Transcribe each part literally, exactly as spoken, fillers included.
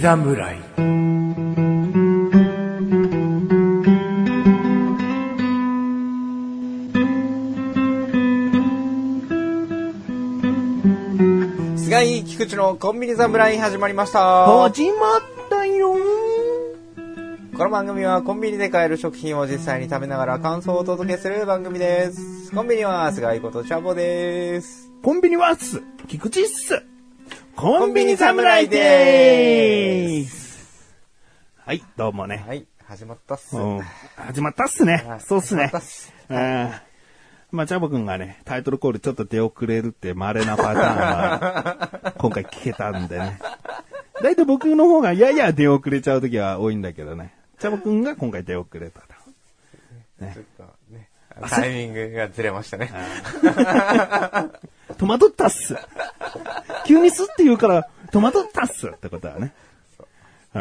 侍。 菅井菊池のコンビニ侍始まりました。 始まったよ。 この番組はコンビニで買える食品を実際に食べながら感想をお届けする番組です。コンビニは菅井ことチャボです。 コンビニはっす。菊池っす。コンビニ侍でーす。はい、どうもね。 はい、始まったっす。 うん、始まったっすね。そうっすね。 始まったっす。 あまあ、チャボくんがね、タイトルコールちょっと出遅れるって稀なパターンが今回聞けたんでね。だいたい僕の方がやや出遅れちゃうときは多いんだけどね。チャボくんが今回出遅れたと。 ね、ちょっとね、タイミングがずれましたね。 戸惑ったっす。急にスって言うから戸惑ったっすってことはね。 そう、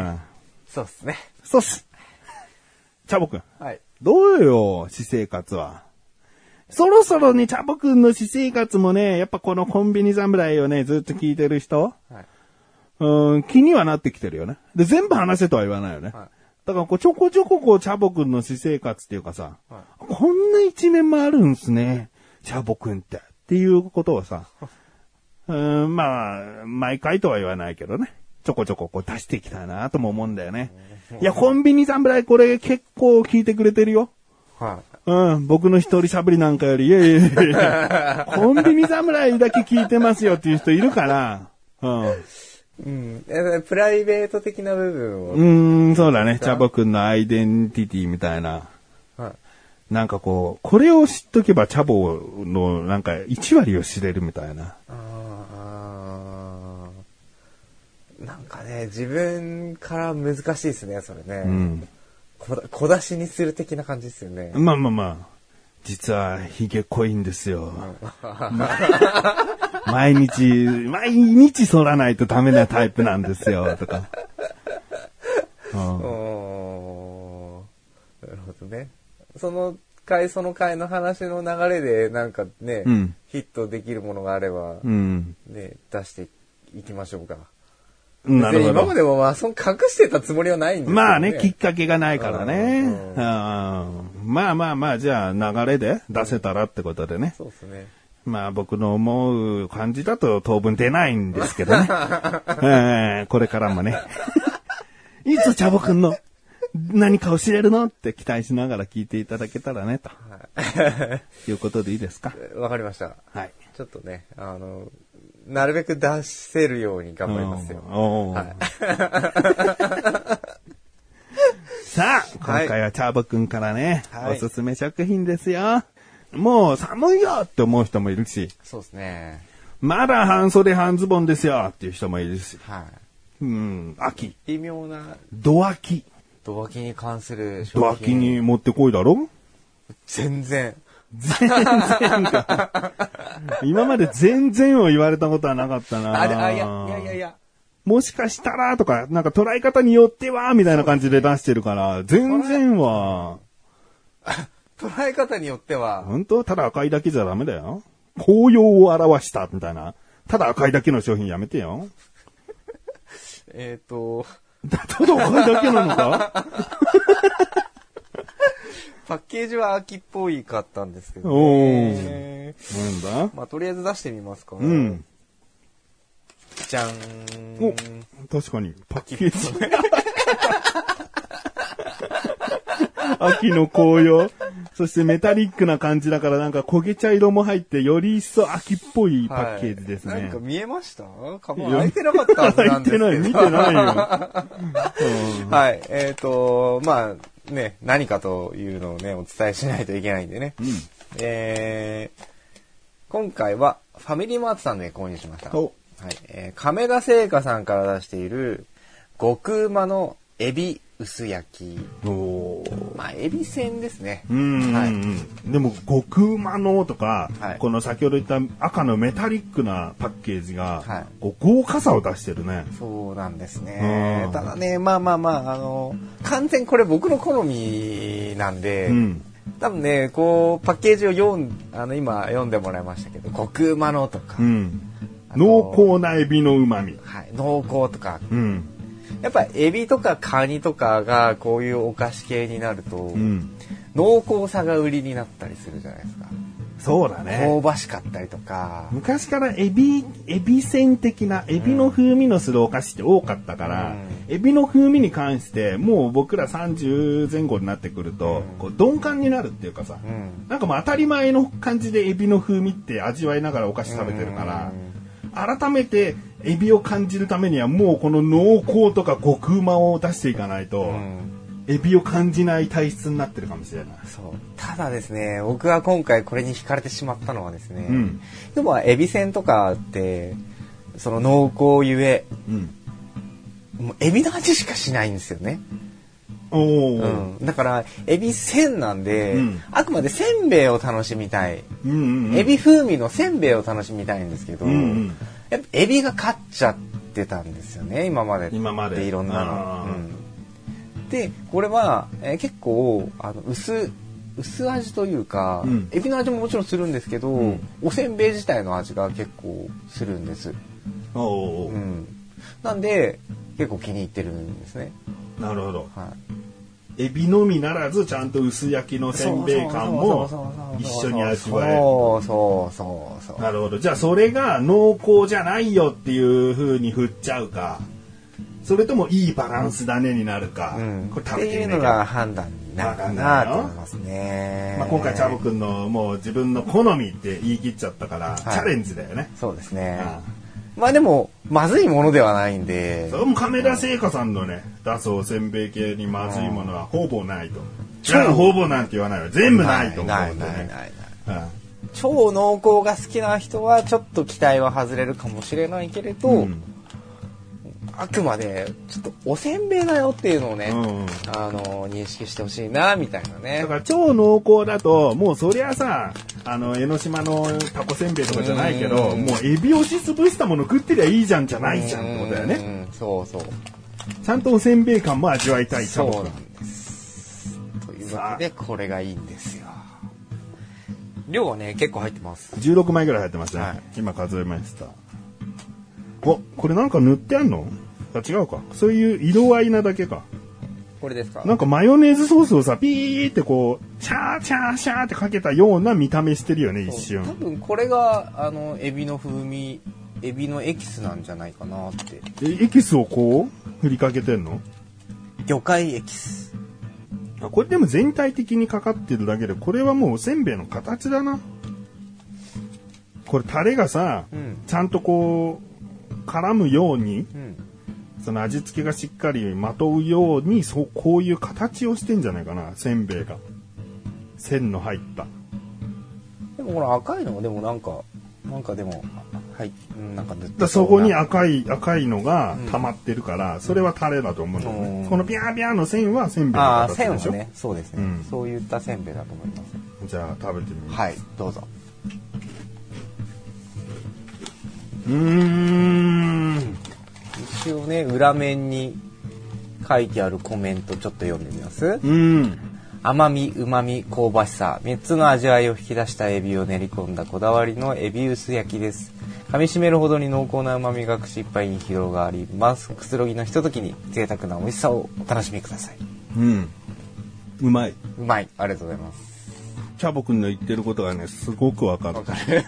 うん、 そうっすね。 そうっす。チャボくん。 はい。どうよ、私生活は。そろそろね、チャボくんの私生活もね、やっぱこのコンビニ侍をね、ずっと聞いてる人、はい、うん、気にはなってきてるよね。で、全部話せとは言わないよね。はい、だからこうちょこちょここうチャボくんの私生活っていうかさ、はい、こんな一面もあるんすね、チャボくんってっていうことをさ、うん、まあ毎回とは言わないけどね、ちょこちょここう出していきたいなとも思うんだよね。いや、コンビニ侍これ結構聞いてくれてるよ。はい。うん、僕の一人喋りなんかより、いやいやいやコンビニ侍だけ聞いてますよっていう人いるから、うん。 うん、プライベート的な部分を。 うーん、そうだね。チャボくんのアイデンティティみたいな。はい。なんかこう、これを知っとけばチャボのなんかいち割を知れるみたいな。ああ。なんかね、自分から難しいですね、それね。うん。小出しにする的な感じですよね。 まあまあまあ。実はヒゲ濃いんですよ。毎日、毎日剃らないとダメなタイプなんですよ、とか。 うん、おー、なるほどね。その回その回の話の流れでなんかね、うん、ヒットできるものがあれば、うん、ね、出していきましょうか。なるほど。今までもまあその隠してたつもりはないんですけどね。 まあね、きっかけがないからね。うんうん、まあまあまあ、じゃあ流れで出せたらってことでね。 うん、そうですね。 まあ僕の思う感じだと当分出ないんですけどね。えー、これからもね。いつチャボくんの何かを知れるのって期待しながら聞いていただけたらね、と。はい、いうことでいいですか。 わかりました。 はい。 ちょっとね、あの、なるべく出せるように頑張りますよ。はい、 さあ、今回はチャボくんからね、はい、おすすめ食品ですよ。もう寒いよって思う人もいるし。 そうですね。 まだ半袖半ズボンですよっていう人もいるし。 はい。 うん、秋。 微妙な。 ド秋。 ド秋に関する商品。ド秋に持ってこいだろ？ 全然。 全然か。今まで全然を言われたことはなかったな。 あ、あ、いや、いやいやいや。 もしかしたらとか、なんか捉え方によっては、みたいな感じで出してるから、全然は。 捉え方によっては。 本当？ただ赤いだけじゃダメだよ。紅葉を表した、みたいな。ただ赤いだけの商品やめてよ。 えっと。 ただ赤いだけなのかパッケージは秋っぽいかったんですけどね。 おー。なんだ？ まあ、とりあえず出してみますか。 うん。 じゃん。 お、確かに。パッケージ。秋の紅葉。そしてメタリックな感じだからなんか焦げ茶色も入ってより一層秋っぽいパッケージですね。はい、 なんか見えました？カバン開いてなかったはずなんですけど。 開いてない、見てないよ。 はい。えっと、まあね、何かというのをね、お伝えしないといけないんでね。うん、えー、今回はファミリーマートさんで購入しました。はい。えー、亀田製菓さんから出している極うまのエビ薄焼き。おまあ、エビせんですね。 うん、はい。でも、極うまのとか、はい、この先ほど言った赤のメタリックなパッケージが、はい、こう豪華さを出してるね。 そうなんですね。ただね、まあまあまあ、あの、完全これ僕の好みなんで、うん、多分ね、こう、パッケージを読ん、あの、今読んでもらいましたけど、極うまのとか、 うん、濃厚なエビの旨味。 はい、濃厚とか、うん、 やっぱエビとかカニとかがこういうお菓子系になると、うん、濃厚さが売りになったりするじゃないですか。 そうだね。 香ばしかったりとか。 昔からエビ、エビせん的な、エビの風味のするお菓子って多かったから、うん、エビの風味に関して、もう僕らさんじゅうぜん後になってくると、うん、こう鈍感になるっていうかさ、うん、なんかもう当たり前の感じでエビの風味って味わいながらお菓子食べてるから、うん、改めてエビを感じるためにはもうこの濃厚とか極うまを出していかないと、うんエビを感じない体質になってるかもしれない。 そう。ただですね、僕は今回これに惹かれてしまったのはですね、うん、でもエビせんとかってその濃厚ゆえ、うん、もうエビの味しかしないんですよね。 おうん、だからエビせんなんで、うん、あくまでせんべいを楽しみたい、うんうんうん、エビ風味のせんべいを楽しみたいんですけど、うんうん、やっぱエビが勝っちゃってたんですよね、今までって。 今までいろんなの。でこれは、えー、結構あの薄薄味というか、うん、エビの味ももちろんするんですけど、うん、おせんべい自体の味が結構するんです。 おー、 うん、なんで結構気に入ってるんですね。 なるほど、はい、エビのみならずちゃんと薄焼きのせんべい感も一緒に味わえる。 そうそうそうそう。 なるほど。じゃあそれが濃厚じゃないよっていう風に振っちゃうか、それともいいバランスだねになるか、うん、 これ食べてみないっていうのが判断になるかなと思いますね。 まあ、今回チャボくんのもう自分の好みって言い切っちゃったから、はい、チャレンジだよね。 そうですね。ああまあでもまずいものではないんで。 それも亀田製菓さんのね出すおせんべい系にまずいものはほぼないと。じゃあほぼなんて言わないわ。全部ないと思うんでね。ないないないない、 はい、超濃厚が好きな人はちょっと期待は外れるかもしれないけれど。うんあくまでちょっとおせんべいだよっていうのをね、うん、あの認識してほしいなみたいなね。 だから超濃厚だともうそりゃさあの江ノ島のタコせんべいとかじゃないけど、もうエビ押しつぶしたもの食ってりゃいいじゃんじゃないじゃんってことだよね。 そうそう。 ちゃんとおせんべい感も味わいたい。 そうなんです。というわけでこれがいいんですよ。量はね結構入ってます。 じゅうろくまいぐらい入ってますね。はい、今数えました。お、これなんか塗ってあんの？あ、違うか。そういう色合いなだけか。 これですか？ なんかマヨネーズソースをさ、ピーってこう、シャーシャーシャーってかけたような見た目してるよね、一瞬。 多分これが、あの、エビの風味、エビのエキスなんじゃないかなって。 え、エキスをこう、振りかけてんの？ 魚介エキス。 あ、これでも全体的にかかってるだけで、これはもうおせんべいの形だな。これタレがさ、うん、ちゃんとこう、絡むように、うんその味付けがしっかりまとうようにそうこういう形をしてんじゃないかなせんべいが線の入ったでもこの赤いのもでもなんかなんかでもはいなんか塗ってだそこに赤い赤いのが溜まってるから、うん、それはタレだと思うのね、うん、このビャービャーの線はせんべいの形でしょ。ああ線はねそうですね、うん、そういったせんべいだと思います。 じゃあ食べてみます。 はいどうぞ。 うーん一応ね裏面に書いてあるコメントちょっと読んでみます。 うん。 甘み、旨み、香ばしさみっつの味わいを引き出したエビを練り込んだこだわりのエビ薄焼きです。噛み締めるほどに濃厚な旨みが口いっぱいに広がります。くつろぎのひとときに贅沢な美味しさをお楽しみください。 うん。うまい。 うまい。ありがとうございます。 チャボくんの言ってることがねすごくわかる。わかる。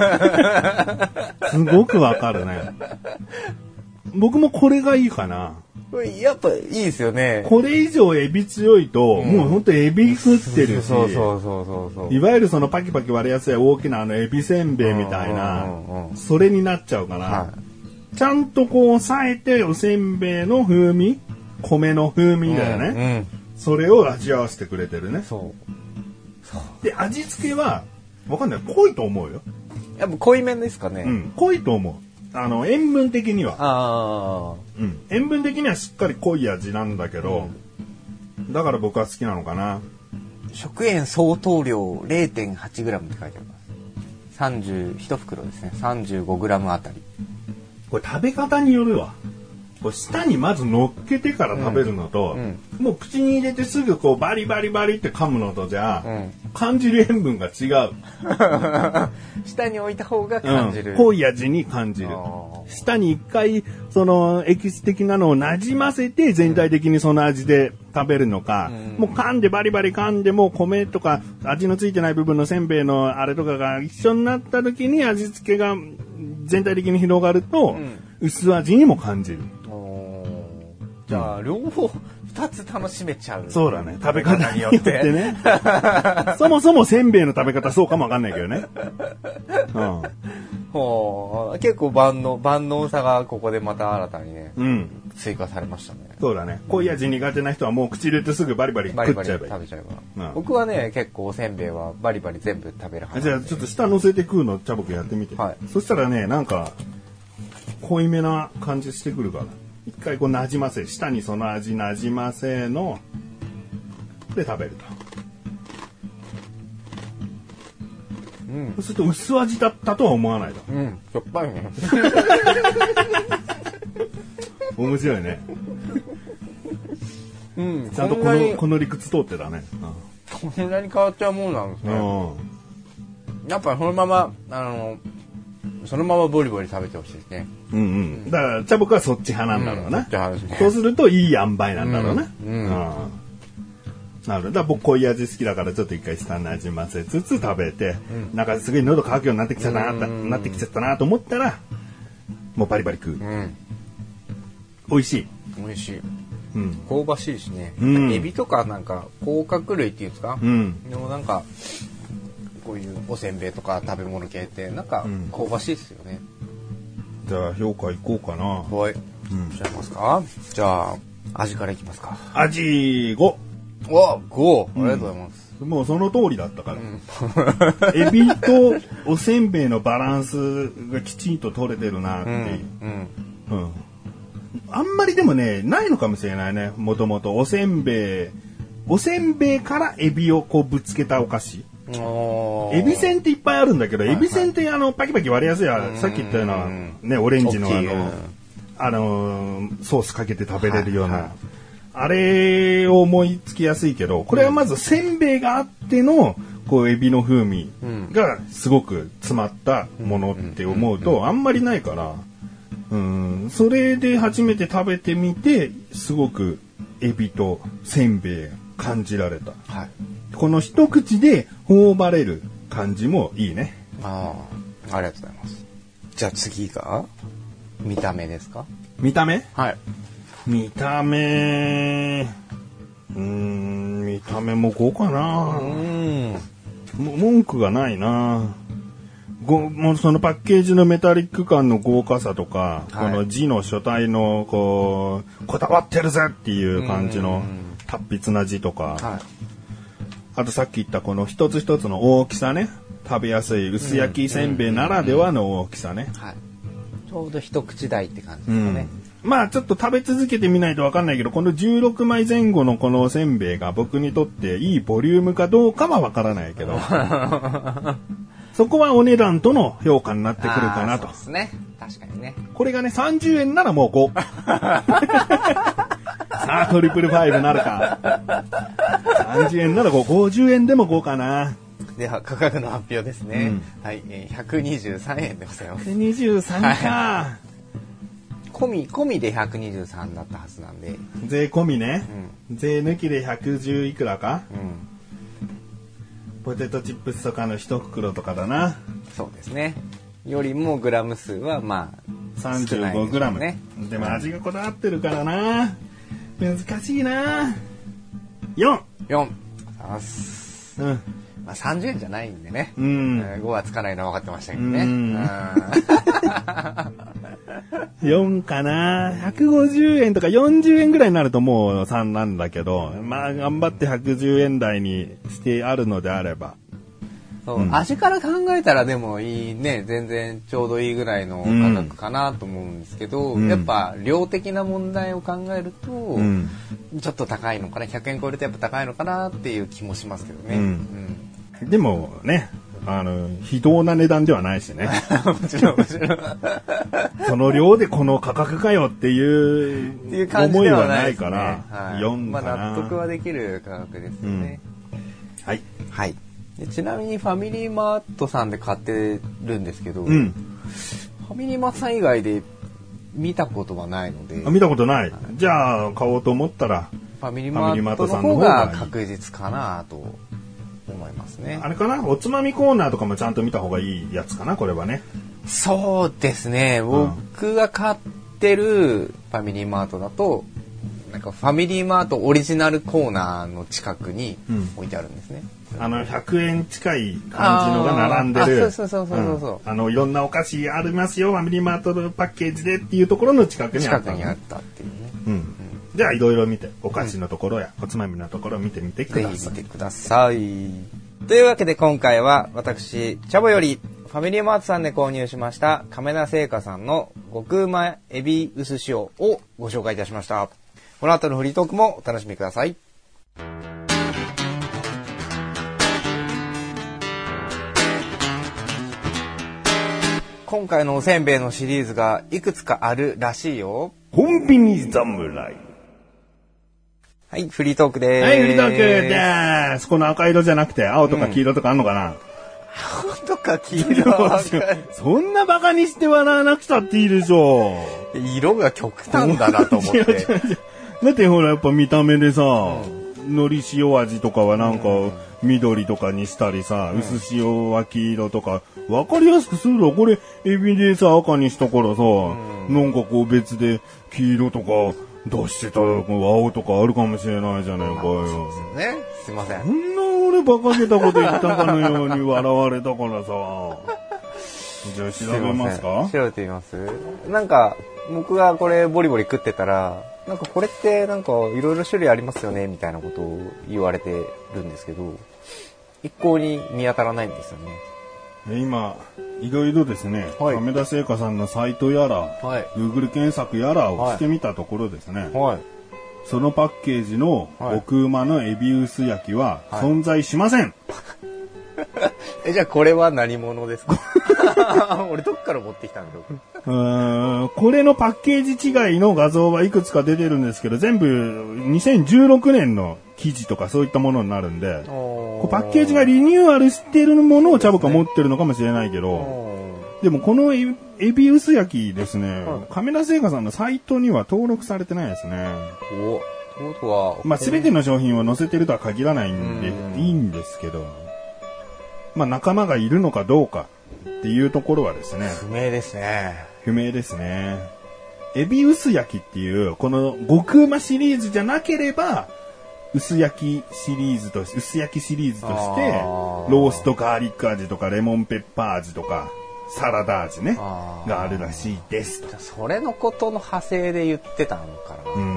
すごくわかるね。僕もこれがいいかな。 やっぱいいですよね。 これ以上エビ強いと、うん、もうほんとエビ食ってるし、 そうそうそうそうそう。 いわゆるそのパキパキ割れやすい大きなあのエビせんべいみたいな、うんうんうん、それになっちゃうから、はい、ちゃんとこう抑えておせんべいの風味、米の風味だよね。うんうん、それを味合わせてくれてるね。 そうそうで味付けはわかんない濃いと思うよ。 やっぱ濃いめですかね。 うん、濃いと思う。あの塩分的にはあ、 うん、塩分的にはしっかり濃い味なんだけど、うん、だから僕は好きなのかな。 食塩相当量 れいてんはちグラム って書いてあります。さんじゅういち袋ですね。さんじゅうごグラム あたり。 これ食べ方によるわ。こう舌にまず乗っけてから食べるのと、うんうん、もう口に入れてすぐこうバリバリバリって噛むのとじゃ、うん、感じる塩分が違う。 下に置いた方が感じる、 うん、濃い味に感じる。 舌に一回、そのエキス的なのを馴染ませて全体的にその味で食べるのか、うん、もう噛んでバリバリ噛んでも米とか味のついてない部分のせんべいのあれとかが一緒になった時に味付けが全体的に広がると、うん、薄味にも感じる。 じゃあ、両方二つ楽しめちゃう。 そうだね。食べ方によってね。そもそもせんべいの食べ方そうかもわかんないけどね。うん。 ほう、結構万能、万能さがここでまた新たにね、 うん、 追加されましたね。 そうだね。濃い味苦手な人はもう口入れてすぐバリバリ食っちゃえばいい。バリバリ食べちゃえば。うん、僕はね、結構おせんべいはバリバリ全部食べる派。 じゃあちょっと下乗せて食うの茶僕やってみて。はい。そしたらね、なんか、濃いめな感じしてくるから。一回こう馴染ませ、舌にその味馴染ませの、で食べると。うん、そうすると薄味だったとは思わないと。 うん、しょっぱいね。 面白いね。 うん、 ちゃんとこのこの理屈通ってたね。 うん、こんなに変わっちゃうもんなんですね。うん、やっぱそのままあのそのままボリボリ食べてほしいですね。 うんうん。だから茶僕はそっち派なんだろうな。うん、そっち派ですね。そうするといい塩梅なんだろうな。うん。うんうん、なるほど。だから僕濃い味好きだからちょっと一回舌なじませつつ食べて、うん、なんかすごい喉乾くようになってきちゃったな、なってきちゃったなと思ったら、もうバリバリ食う。うん、美味しい。 美味しい。うん、香ばしいしね。うん、エビとかなんか甲殻類っていうんですか。うん、でもなんかこういうおせんべいとか食べ物系ってなんか香ばしいですよね。 うん、じゃあ評価いこうかな。 はい。うん。じゃあますか。じゃあ味からいきますか。 味ご。 わ、ご。ありがとうございます。 うん、もうその通りだったから。うん、エビとおせんべいのバランスがきちんと取れてるなっていう。うんうんうん、あんまりでもね、ないのかもしれないね。もともとおせんべい、おせんべいからエビをこうぶつけたお菓子。エビせんっていっぱいあるんだけど、はいはい、エビせんってあのパキパキ割りやすいや、さっき言ったようなね、オレンジのあの、あのソースかけて食べれるような、はいはい、あれを思いつきやすいけど、これはまずせんべいがあってのこうエビの風味がすごく詰まったものって思うとあんまりないから、うん、それで初めて食べてみてすごくエビとせんべい感じられた。はい、この一口で頬張れる感じもいいね。 ああ、ありがとうございます。じゃあ次が見た目ですか？ 見た目？ はい。 見た目、うーん、見た目もごかな。うん。文句がないな。ごもうそのパッケージのメタリック感の豪華さとか、はい、この字の書体のこうこだわってるぜっていう感じの達筆な字とか。はい、あとさっき言ったこの一つ一つの大きさね。食べやすい薄焼きせんべいならではの大きさね。はい、 ちょうど一口大って感じですかね。 うん、まあちょっと食べ続けてみないとわかんないけど、このじゅうろくまいぜん後のこのおせんべいが僕にとっていいボリュームかどうかはわからないけど、そこはお値段との評価になってくるかなと。 そうですね。確かにね。 これがね、さんじゅうえんならもうご。さあ、トリプルファイブなるか。さんじゅうえんならご、ごじゅうえんでもごかな。 では、価格の発表ですね。うん、はい、えー、ひゃくにじゅうさんえんでございます。 ひゃくにじゅうさんか。はい、 込み、込みでひゃくにじゅうさんだったはずなんで。 税込みね。うん、税抜きでひゃくじゅういくらか。うん、ポテトチップスとかの一袋とかだな。 そうですね。よりもグラム数はまあ、 さんじゅうごグラム。ね。でも味がこだわってるからな。難しいな。よん。 よん。あす。うん。まあ、さんじゅうえんじゃないんでね。うん。ごはつかないのは分かってましたけどね。うん。 よんかな。ひゃくごじゅうえんとかよんじゅうえんぐらいになるともうさんなんだけど、まあ頑張ってひゃくじゅうえん台にしてあるのであれば。 そう、うん、味から考えたらでもいいね、全然ちょうどいいぐらいの価格かなと思うんですけど、うん、やっぱ量的な問題を考えると、うん、ちょっと高いのかな、ひゃくえん超えるとやっぱ高いのかなっていう気もしますけどね。うんうん、でもね、あの非道な値段ではないしね。 もちろんもちろん。 その量でこの価格かよっていう思いはないから、はい、よんかな。 まあ納得はできる価格ですよね。 うん、はい。 はい。でちなみにファミリーマートさんで買ってるんですけど、うん、ファミリーマートさん以外で見たことはないので。 あ、見たことない。じゃあ、買おうと思ったら、 ファミリーマートの方が確実かなと思いますね。 あれかな、おつまみコーナーとかもちゃんと見た方がいいやつかな、これはね。 そうですね。僕が買ってるファミリーマートだと、なんかファミリーマートオリジナルコーナーの近くに置いてあるんですね。 うん、あのひゃくえん近い感じのが並んでる。 そうそうそうそうそう、 うん、あのいろんなお菓子ありますよ、ファミリーマートのパッケージでっていうところの近くにあった、 近くにあったっていうね。 うん。うん、じゃあいろいろ見て、お菓子のところやおつまみのところを見てみてください。 ぜひ見てください。というわけで今回は私チャボよりファミリーマートさんで購入しました亀田製菓さんの極うまエビ薄塩をご紹介いたしました。この後のフリートークもお楽しみください。今回のおせんべいのシリーズがいくつかあるらしいよ。 コンビニ侍。 はい、フリートークでーす。 はい、フリートークでーす。この赤色じゃなくて青とか黄色とかあんのかな、うん、 青とか黄色はそんなバカにして笑わなくたっていいでしょう。色が極端だなと思って。 だってほらやっぱ見た目でさ、うん、海苔塩味とかはなんか緑とかにしたりさ、うん、薄塩は黄色とか分かりやすくするの。これエビでさ赤にしたからさ、うん、なんかこう別で黄色とか出してたら青とかあるかもしれないじゃないかよ。 そうですよね。すいません。 そんな俺バカげたこと言ったかのように笑われたからさ。じゃあ調べますか？ 調べてみます。なんか僕がこれボリボリ食ってたら、なんかこれってなんかいろいろ種類ありますよねみたいなことを言われてるんですけど、一向に見当たらないんですよね。 今いろいろですね、はい、亀田製菓さんのサイトやら、はい、Google 検索やらをしてみたところですね、はい、そのパッケージの極うまのエビ薄焼きは存在しません、はい、 えじゃあこれは何者ですか？俺どっから持ってきたんだろう。 うーん、これのパッケージ違いの画像はいくつか出てるんですけど、全部にせんじゅうろくねんの記事とかそういったものになるんで、こうパッケージがリニューアルしてるものをチャボが持ってるのかもしれないけど、でもこのエビ薄焼きですね、亀田製菓さんのサイトには登録されてないですね。 お、ということは、 まあ全ての商品を載せてるとは限らないんでいいんですけど、まあ仲間がいるのかどうかっていうところはですね、 不明ですね。 不明ですね。エビ薄焼きっていうこの極うまシリーズじゃなければ、薄焼きシリーズとして薄焼きシリーズとしてローストガーリック味とかレモンペッパー味とかサラダ味ねがあるらしいですと。 それのことの派生で言ってたのかな。うん、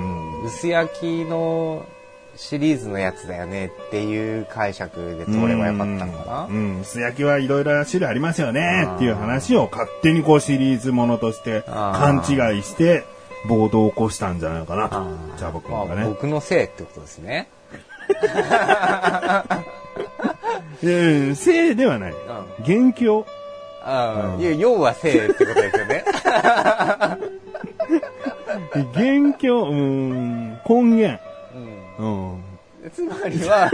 薄焼きのシリーズのやつだよねっていう解釈で通ればよかったのかな。 うん、うん、薄焼きはいろいろ種類ありますよねっていう話を勝手にこうシリーズものとして勘違いして暴動を起こしたんじゃないかなと。じゃあ僕がね、まあ、 僕のせいってことですね。 いやいや、せいではない。元凶。 ああ、いや、要はせいってことですよね。 元凶、うん、根源。うん。 うん、つまりは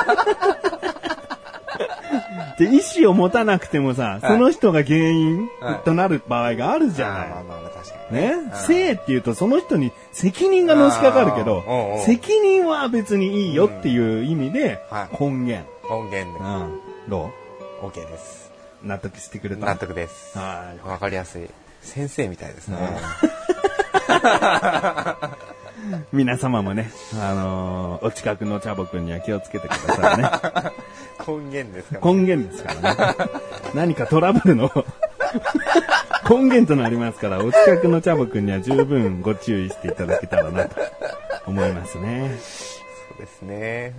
で、意思を持たなくてもさ、はい、その人が原因となる場合があるじゃない。はい、まあまあ確かにね。ね、せいっていうとその人に責任がのしかかるけど、おうおう責任は別にいいよっていう意味で、うん、根源。 根源で。うん。 どう？ OK です。 納得してくれた？ 納得です。はい。わかりやすい。先生みたいですね。 皆様もね、あのー、お近くのチャボくんには気をつけてくださいね。 根源ですから、 ね、根源ですからね。何かトラブルの根源となりますから、お近くのチャボくんには十分ご注意していただけたらなと思いますね。 そうですね。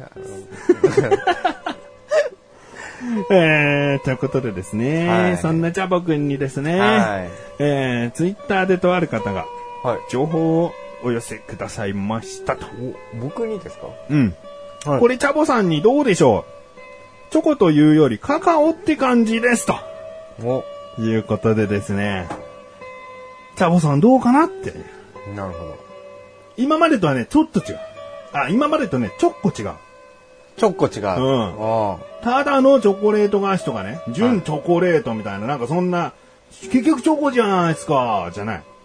えー、ということでですね、はい、そんなチャボくんにですね、はい、えー、ツイッターでとある方が情報をお寄せくださいましたと。 僕にですか？ うん。はい、これチャボさんにどうでしょう？チョコというよりカカオって感じですと。お。いうことでですね。チャボさんどうかなって。 なるほど。 今までとはね、ちょっと違う。あ、今までとね、ちょっこ違う。 ちょっこ違う。 うん。ただのチョコレート菓子とかね、純チョコレートみたいな、なんかそんな、結局チョコじゃないですか、じゃない。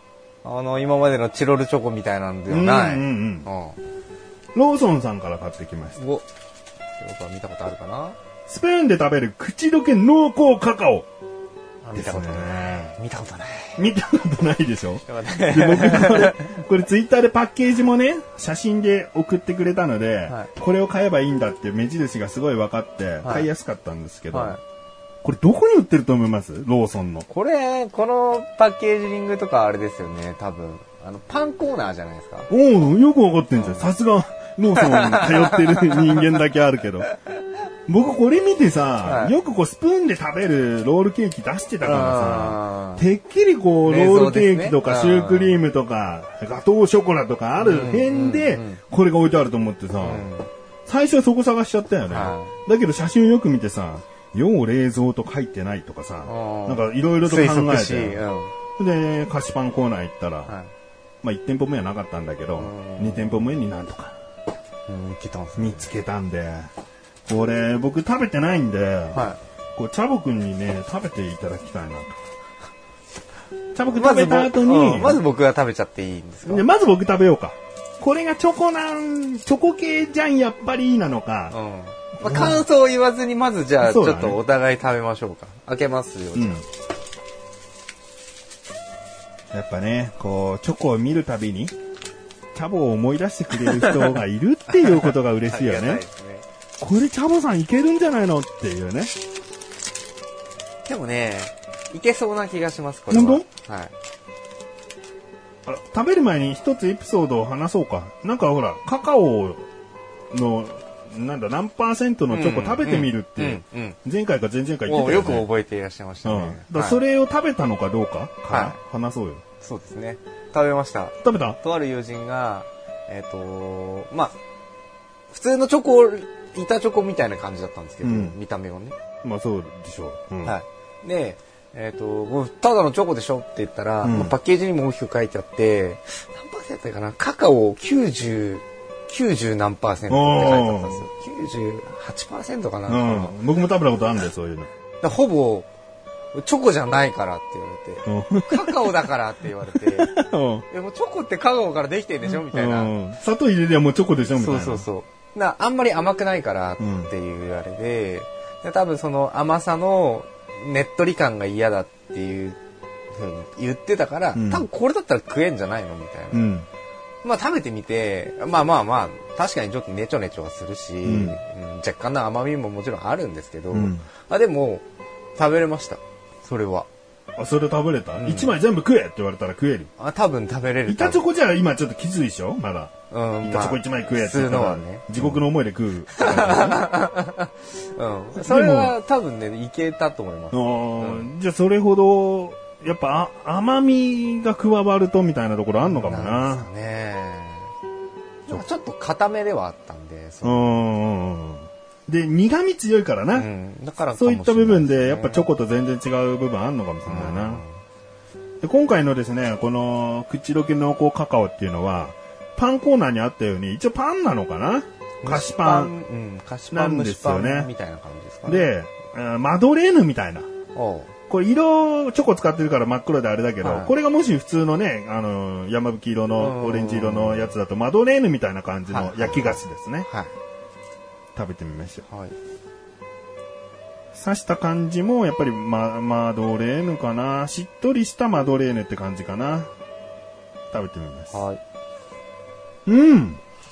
あの、今までのチロルチョコみたいなんではない。うんうんうん。うん、 ローソンさんから買ってきました。 お、僕は見たことあるかな。 スプーンで食べる口どけ濃厚カカオ。 見たことない。見たことない。 見たことないでしょ。で僕これ、これツイッターでパッケージもね、写真で送ってくれたので、はい、これを買えばいいんだっていう目印がすごい分かって買いやすかったんですけど、はいはい、これどこに売ってると思います？ローソンの。 これ、このパッケージリングとかあれですよね、多分。あの、パンコーナーじゃないですか。 おお、よく分かってんじゃん。さすが、ローソン通ってる人間だけあるけど。僕これ見てさ、はい、よくこうスプーンで食べるロールケーキ出してたからさ、てっきりこうロールケーキとかシュークリームとかガトーショコラとかある辺でこれが置いてあると思ってさ、最初はそこ探しちゃったよね。だけど写真をよく見てさ、要冷蔵と書いてないとかさ、なんかいろいろと考えて、で、菓子パンコーナー行ったら、まあいち店舗目はなかったんだけど、に店舗目になんとか見つけたんで、これ僕食べてないんで、はい、こうチャボくんにね食べていただきたいなと。チャボくん食べた後に、 まず、うん、まず僕が食べちゃっていいんですか？ でまず僕食べようか。これがチョコなん、チョコ系じゃんやっぱりいいなのか。 うん、まあ、感想を言わずにまずじゃあ、ちょっとお互い食べましょうか。開けますよ。じゃあ、 うん、やっぱねこうチョコを見るたびにチャボを思い出してくれる人がいるっていうことが嬉しいよね。これチャボさんいけるんじゃないのっていうね。 でもね、いけそうな気がします、これは。 本当？ はい。 あら、食べる前に一つエピソードを話そうか。なんかほら、カカオの、なんだ、何パーセントのチョコ食べてみるって、前回か前々回言ってたよね。 よく覚えていらっしゃいましたね。うん、 だそれを食べたのかどうかから話そうよ。はい、 そうですね。食べました。 食べた？ とある友人が、えっと、まあ、普通のチョコ、板チョコみたいな感じだったんですけど、うん、見た目はね。 まあそうでしょう。うん、 はい。で、えっと、ただのチョコでしょって言ったら、うん、まあ、パッケージにも大きく書いてあって、何パーセントかな、カカオきゅうじゅう、きゅうじゅう何パーセントって書いてあったんですよ。きゅうじゅうはちパーセント かな、うん。 僕も食べたことあるんだよ、そういうの。 ほぼ、チョコじゃないからって言われて、カカオだからって言われて、でもチョコってカカオからできてるでしょみたいな。 砂糖入れりゃもうチョコでしょみたいな。 そうそうそう。なあんまり甘くないからっていうあれで、で多分その甘さのねっとり感が嫌だっていうふうに言ってたから、うん、多分これだったら食えんじゃないのみたいな。うん、まあ食べてみて、まあまあまあ、確かにちょっとネチョネチョはするし、うんうん、若干の甘みももちろんあるんですけど、うん、あでも食べれました。それは。 あ、それ食べれた？一、うん、枚全部食えって言われたら食える？ あ、多分食べれる。 板チョコじゃ今ちょっときついでしょまだ。うん。板チョコ一枚食えって言ったら、ね、地獄の思いで食う。うん。 それは多分ね、いけたと思います。 うん、じゃあそれほど、やっぱ甘みが加わるとみたいなところあんのかもな。 なんですかね。ちょっと固めではあったんで。 うん。で、苦味強いからな。うん、だからそういった部分で、やっぱチョコと全然違う部分あるのかもしれないな。で今回のですね、この口どけ濃厚カカオっていうのは、パンコーナーにあったように、一応パンなのかな？菓子パン。うん、菓子パンなんですよね。 みたいな感じですかね。 で、マドレーヌみたいな。これ色、チョコ使ってるから真っ黒であれだけど、はい、これがもし普通のね、あの、山吹色のオレンジ色のやつだと、マドレーヌみたいな感じの焼き菓子ですね。はいはい、食べてみましょう。はい。刺した感じもやっぱりマ、マドレーヌかな。しっとりしたマドレーヌって感じかな。食べてみます。はい。うん。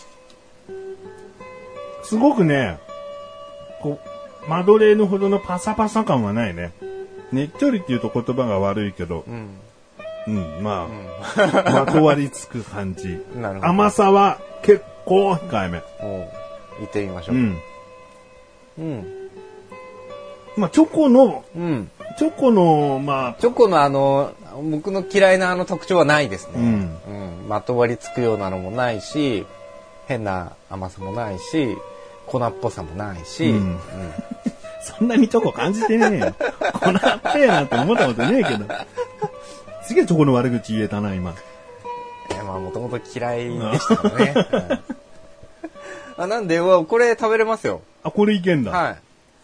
すごくね、こう、マドレーヌほどのパサパサ感はないね。ねっちょりって言うと言葉が悪いけど、うん。うん、まあ、うん、まとわりつく感じ。なるほど。甘さは結構控えめ。 行ってみましょう。うん。うん。 まあ、チョコの、うん。チョコの、まあ。 チョコのあの、僕の嫌いなあの特徴はないですね。うん。うん。まとわりつくようなのもないし、変な甘さもないし、粉っぽさもないし。うん。うん、 そんなにチョコ感じてねえよ。粉っぺえなんて思ったことねえけど。すげえチョコの悪口言えたな、今。 え、まあ、もともと嫌いでしたからね。あ、なんで、これ食べれますよ。 あ、これいけんだ。 はい。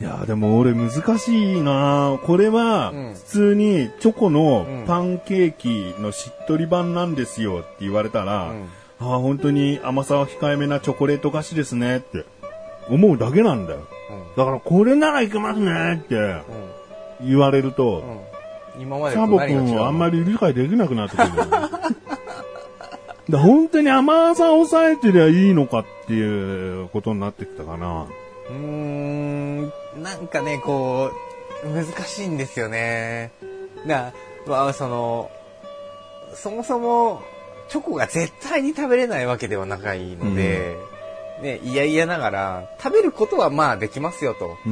いやでも俺難しいな。これは普通にチョコのパンケーキのしっとり版なんですよって言われたら、うん、ああ本当に甘さは控えめなチョコレート菓子ですねって思うだけなんだよ。うん、だからこれならいけますねって言われると、うん、今までと何が違うの？チャボくんはあんまり理解できなくなってくる。だ本当に甘さを抑えてりゃいいのかっていうことになってきたかな。 うーん、なんかね、こう、難しいんですよね。だまあ、その、そもそも、チョコが絶対に食べれないわけではないので、うん、ね、いやいやながら、食べることはまあできますよと、うん、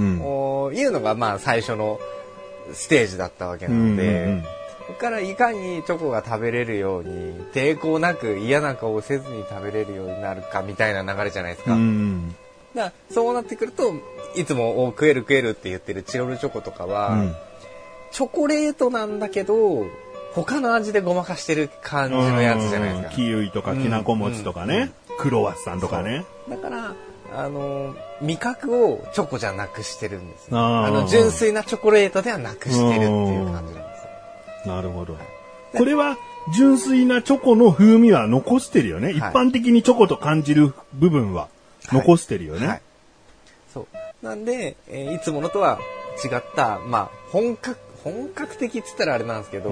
いうのがまあ最初のステージだったわけなので、うんうんうん、そこからいかにチョコが食べれるように、抵抗なく嫌な顔をせずに食べれるようになるかみたいな流れじゃないですか。うんだそうなってくるといつも食える食えるって言ってるチロルチョコとかは、うん、チョコレートなんだけど他の味でごまかしてる感じのやつじゃないですか。 キウイとかきなこ餅とかね、うんうん、クロワッサンとかね。 だからあの味覚をチョコじゃなくしてるんです、ね、ああの純粋なチョコレートではなくしてるっていう感じなんですよ。 なるほど。これは純粋なチョコの風味は残してるよね、はい、一般的にチョコと感じる部分は残してるよね。はいはい、 そうなんで、えー、いつものとは違った、まあ本格本格的って言ったらあれなんですけど、うん、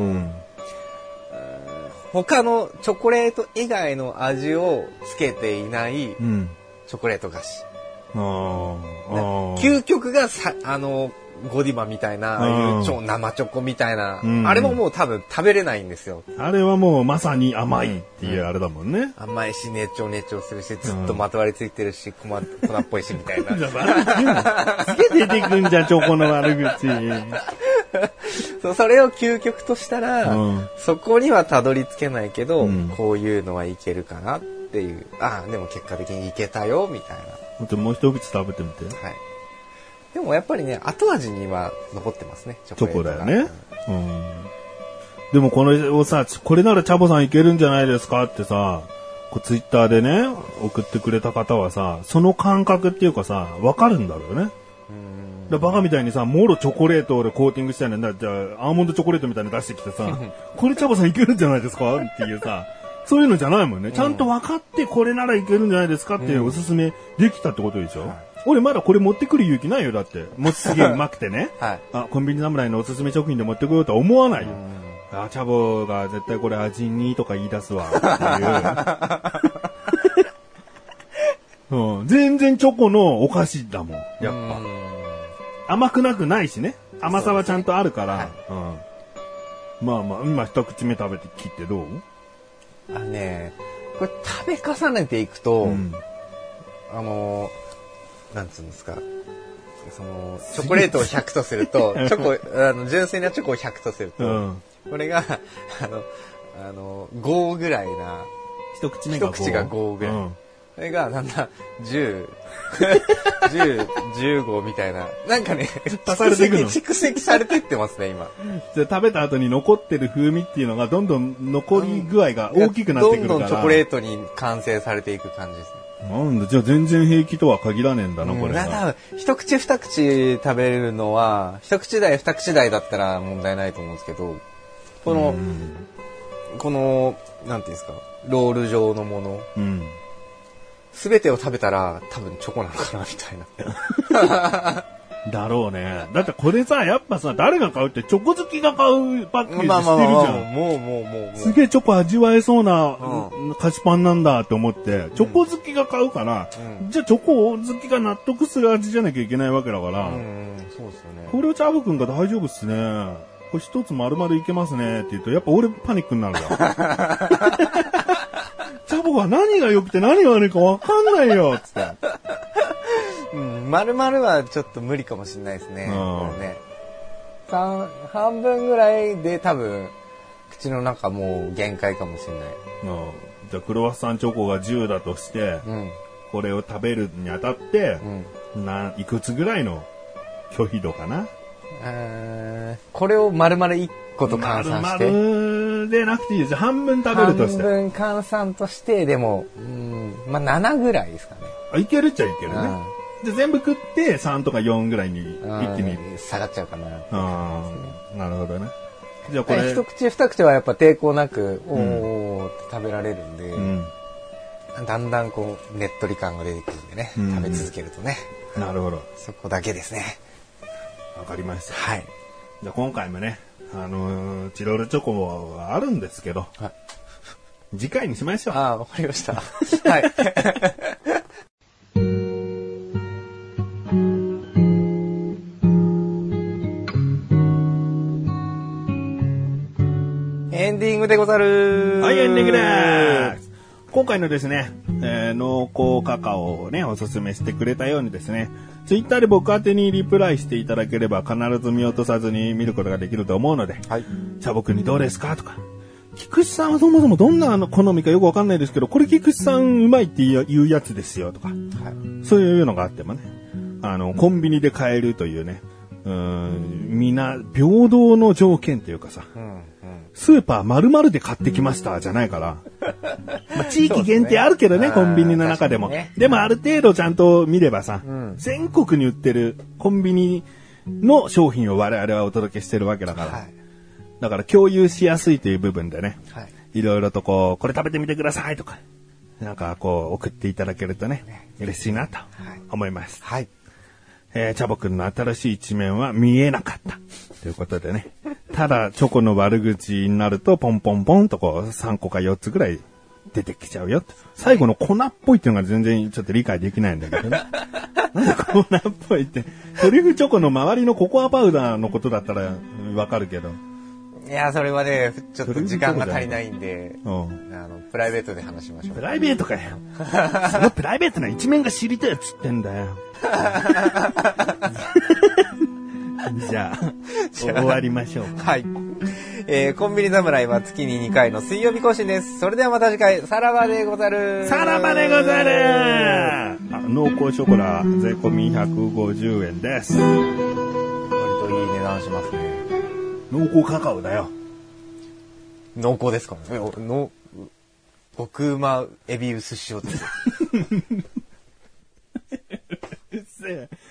他のチョコレート以外の味をつけていないチョコレート菓子。うん、あ究極がさあのゴディバみたいな、ああいう超生チョコみたいな、うん、あれももう多分食べれないんですよ。 あれはもうまさに甘いっていうあれだもんね。うん、 甘いし、熱調熱調するし、ずっとまとわりついてるし、粉、粉っぽいしみたいな。 すげえ出てくんじゃん、チョコの悪口。 そう、それを究極としたら、うん、そこにはたどり着けないけど、うん、こういうのはいけるかなっていう。ああ、でも結果的にいけたよ、みたいな。 もう一口食べてみて。はい。 でもやっぱりね、後味には残ってますね、 チョコレートが。チョコだよね。うん。でもこれをさ、これならチャボさんいけるんじゃないですかってさ、こうツイッターでね、送ってくれた方はさ、その感覚っていうかさ、わかるんだろうね。うん。バカみたいにさ、もろチョコレートでコーティングしたいんだ。じゃあ、アーモンドチョコレートみたいなの出してきてさ、これチャボさんいけるんじゃないですかっていうさ、そういうのじゃないもんね。ちゃんと分かってこれならいけるんじゃないですかっていうおすすめできたってことでしょ、うん、俺まだこれ持ってくる勇気ないよ。だってもうすげえうまくてね、はい、あコンビニ侍のおすすめ食品で持ってこようとは思わないよ。あチャボが絶対これ味にとか言い出すわっていう、うん、全然チョコのお菓子だもんやっぱ。甘くなくないしね。甘さはちゃんとあるから、はいうん、まあまあ今一口目食べて切ってどう？ あねこれ食べ重ねていくと、うん、あのなんつうんですか、そのチョコレートをひゃくとするとチョコあの純粋なチョコをひゃくとすると、うん、これがあのあのごぐらいな一口目がご一口がごぐらい、うん、それがなんだじゅう、じゅう、じゅうごみたいななんかね蓄積蓄積されてってますね今。 じゃ食べた後に残ってる風味っていうのがどんどん残り具合が大きくなってくるから、 どんどんチョコレートに完成されていく感じですね。 なんだじゃあ全然平気とは限らねえんだな、うん、これが。 だ一口二口食べれるのは一口大二口大だったら問題ないと思うんですけど、この、うん、このなんていうんですかロール状のもの、うんすべてを食べたら多分チョコなのかなみたいなだろうね。だってこれさやっぱさ誰が買うってチョコ好きが買うパッケージしてるじゃん。まあまあまあまあ、もうもうもうすげえチョコ味わえそうな、うん、菓子パンなんだって思ってチョコ好きが買うから、うん、じゃあチョコ好きが納得する味じゃなきゃいけないわけだから、うん、そうですよね。これをチャボくんが大丈夫っすね、これ一つ丸々いけますねって言うとやっぱ俺パニックになるんだチャボは何が良くて何が悪いか分かんないよっつって、 うん、丸々はちょっと無理かもしれないですね。これね三半分ぐらいで多分口の中もう限界かもしれない。 うんじゃあクロワッサンチョコがじゅうだとして、うん、これを食べるにあたって、うん、ないくつぐらいの拒否度かな。 えー、これを丸々いっこと換算して丸々でなくていいです。半分食べるとして半分換算としてでもうんまあななぐらいですかね。 あいけるっちゃいけるね。 で、全部食ってさんとかよんぐらいに一気に。 下がっちゃうかな。 ああ、なるほどね。じゃあこれ。 一口二口はやっぱ抵抗なく、うん、おーって食べられるんで、うん、だんだんこう、ねっとり感が出てくるんでね、うん、食べ続けるとね。 なるほど。 そこだけですね。 わかりました。 はい。 じゃあ今回もね、あのー、チロルチョコはあるんですけど、はい、次回にしましょう。 ああ、わかりました。はい。エンディングでござる。 はい、エンディングです。今回のですね、えー、濃厚カカオをね、おすすめしてくれたようにですね、ツイッターで僕宛てにリプライしていただければ必ず見落とさずに見ることができると思うので、はい。チャボくんにどうですかとか、菊池さんはそもそもどんな好みかよくわかんないですけど、これ菊池さんうまいっていうやつですよとか、はい、そういうのがあってもね、あの、コンビニで買えるというね、うーん、みんな平等の条件というかさ、うんうん、スーパー丸々で買ってきましたじゃないから、まあ、地域限定あるけどね、コンビニの中でも、ね、でもある程度ちゃんと見ればさ、うん、全国に売ってるコンビニの商品を我々はお届けしてるわけだから、はい、だから共有しやすいという部分でね、はい、いろいろとこう、これ食べてみてくださいとか、なんかこう送っていただけるとね、嬉しいなと思います。はい。えー、チャボくんの新しい一面は見えなかった。ということでね。ただ、チョコの悪口になると、ポンポンポンとこう、さんこかよっつぐらい出てきちゃうよ。最後の粉っぽいっていうのが全然ちょっと理解できないんだけどね。なんで粉っぽいって。トリュフチョコの周りのココアパウダーのことだったらわかるけど。 いや、それはね、ちょっと時間が足りないんで、うん、あのプライベートで話しましょう。 プライベートかよ。そのプライベートな一面が知りたいっつってんだよ。じゃあ、終わりましょうか。 はい。えー、コンビニ侍は月ににかいの水曜日更新です。それではまた次回、さらばでござる。 さらばでござる。あ、濃厚ショコラ、税込みひゃくごじゅうえんです。 割といい値段しますね。 濃厚カカオだよ。 濃厚ですからね。の、極うまエビ寿司をです。 うっせえ。